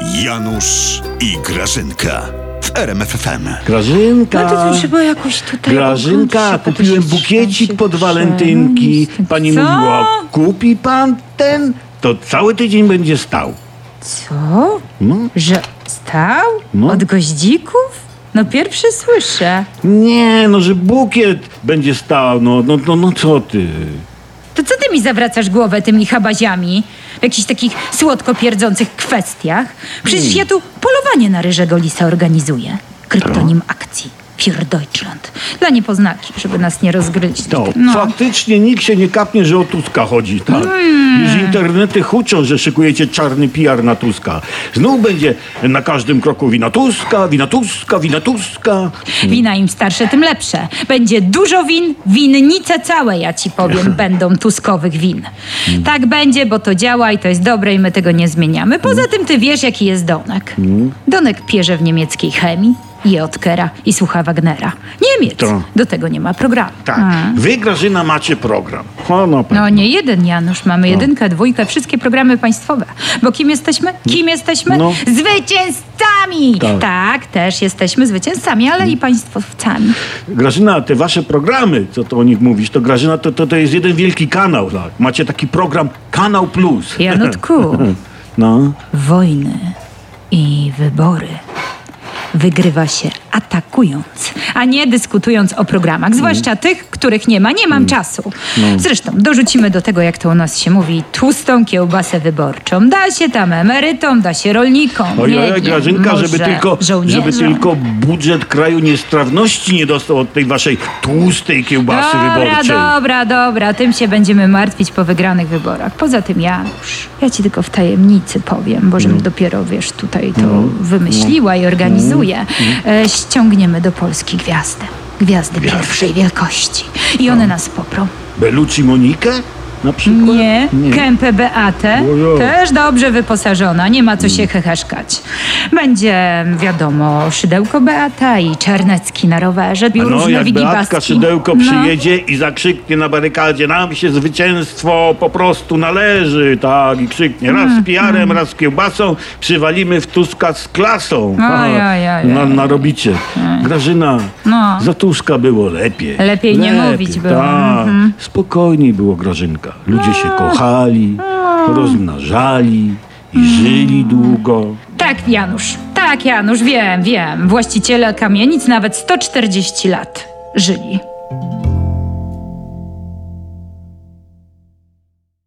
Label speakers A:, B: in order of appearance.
A: Janusz i Grażynka w RMF FM.
B: Grażynka,
C: No to trzeba jakoś tutaj...
B: Grażynka,
C: ogród się
B: kupiłem
C: potem
B: bukiecik
C: się
B: pod walentynki. Pani
C: Co?
B: mówiła, kupi pan ten, to cały tydzień będzie stał.
C: Co?
B: No.
C: Że stał?
B: No.
C: Od goździków? No pierwszy słyszę.
B: Nie, no, że bukiet będzie stał, no co ty?
C: To co ty mi zawracasz głowę tymi chabaziami? W jakichś takich słodko pierdzących kwestiach? Przecież ja tu polowanie na ryżego lisa organizuję. Kryptonim akcji. Für Deutschland. Dla niepoznanych, żeby nas nie rozgryźli.
B: To faktycznie nikt się nie kapnie, że o Tuska chodzi, tak? Już internety huczą, że szykujecie czarny PR na Tuska. Znów będzie na każdym kroku wina Tuska, wina Tuska, wina Tuska.
C: Wina im starsze, tym lepsze. Będzie dużo win, winnice całe, ja ci powiem, będą tuskowych win. Tak będzie, bo to działa i to jest dobre i my tego nie zmieniamy. Poza tym ty wiesz, jaki jest Donek. Donek pierze w niemieckiej chemii, je od Kera i słucha Wagnera. Niemiec.
B: To.
C: Do tego nie ma programu.
B: Tak, wy, Grażyna, macie program. O, no,
C: No nie jeden, Janusz. Mamy jedynkę, dwójkę, wszystkie programy państwowe. Bo kim jesteśmy? Kim jesteśmy?
B: No.
C: Zwycięzcami!
B: Tak.
C: Tak, też jesteśmy zwycięzcami, ale i państwowcami.
B: Grażyna, te wasze programy, co to o nich mówisz, to Grażyna, to jest jeden wielki kanał, tak? Macie taki program Kanał Plus.
C: Janutku,
B: No.
C: wojny i wybory wygrywa się atakując, a nie dyskutując o programach. Zwłaszcza tych, których nie ma. Nie mam czasu. Zresztą dorzucimy do tego, jak to u nas się mówi, tłustą kiełbasę wyborczą. Da się tam emerytom, da się rolnikom. Nie
B: Ojej,
C: wiem,
B: Grażynka,
C: może
B: żeby
C: żołnierzom.
B: tylko budżet kraju niestrawności nie dostał od tej waszej tłustej kiełbasy wyborczej.
C: Dobra, tym się będziemy martwić po wygranych wyborach. Poza tym, Janusz, ja ci tylko w tajemnicy powiem, bo żebym dopiero, wiesz, tutaj to wymyśliła i organizuję. Ściągniemy do Polski gwiazdy pierwszej wielkości i one nas poprą.
B: Belucci Monikę na przykład?
C: Nie, Kępę Beatę,
B: Ojo.
C: też dobrze wyposażona, nie ma co się heheszkać. Będzie, wiadomo, Szydełko Beata i Czernecki na rowerze,
B: No,
C: różne
B: jak Beatka
C: wigibaski.
B: Szydełko przyjedzie i zakrzyknie na barykadzie, nam się zwycięstwo po prostu należy, tak, i krzyknie raz z PR-em, raz z kiełbasą, przywalimy w Tuska z klasą. Narobicie. Grażyna,
C: No.
B: za Tuska było lepiej.
C: Lepiej nie mówić było.
B: Tak, spokojniej było, Grażynka. Ludzie się kochali, rozmnażali i żyli długo.
C: Tak, Janusz, wiem. Właściciele kamienic nawet 140 lat żyli.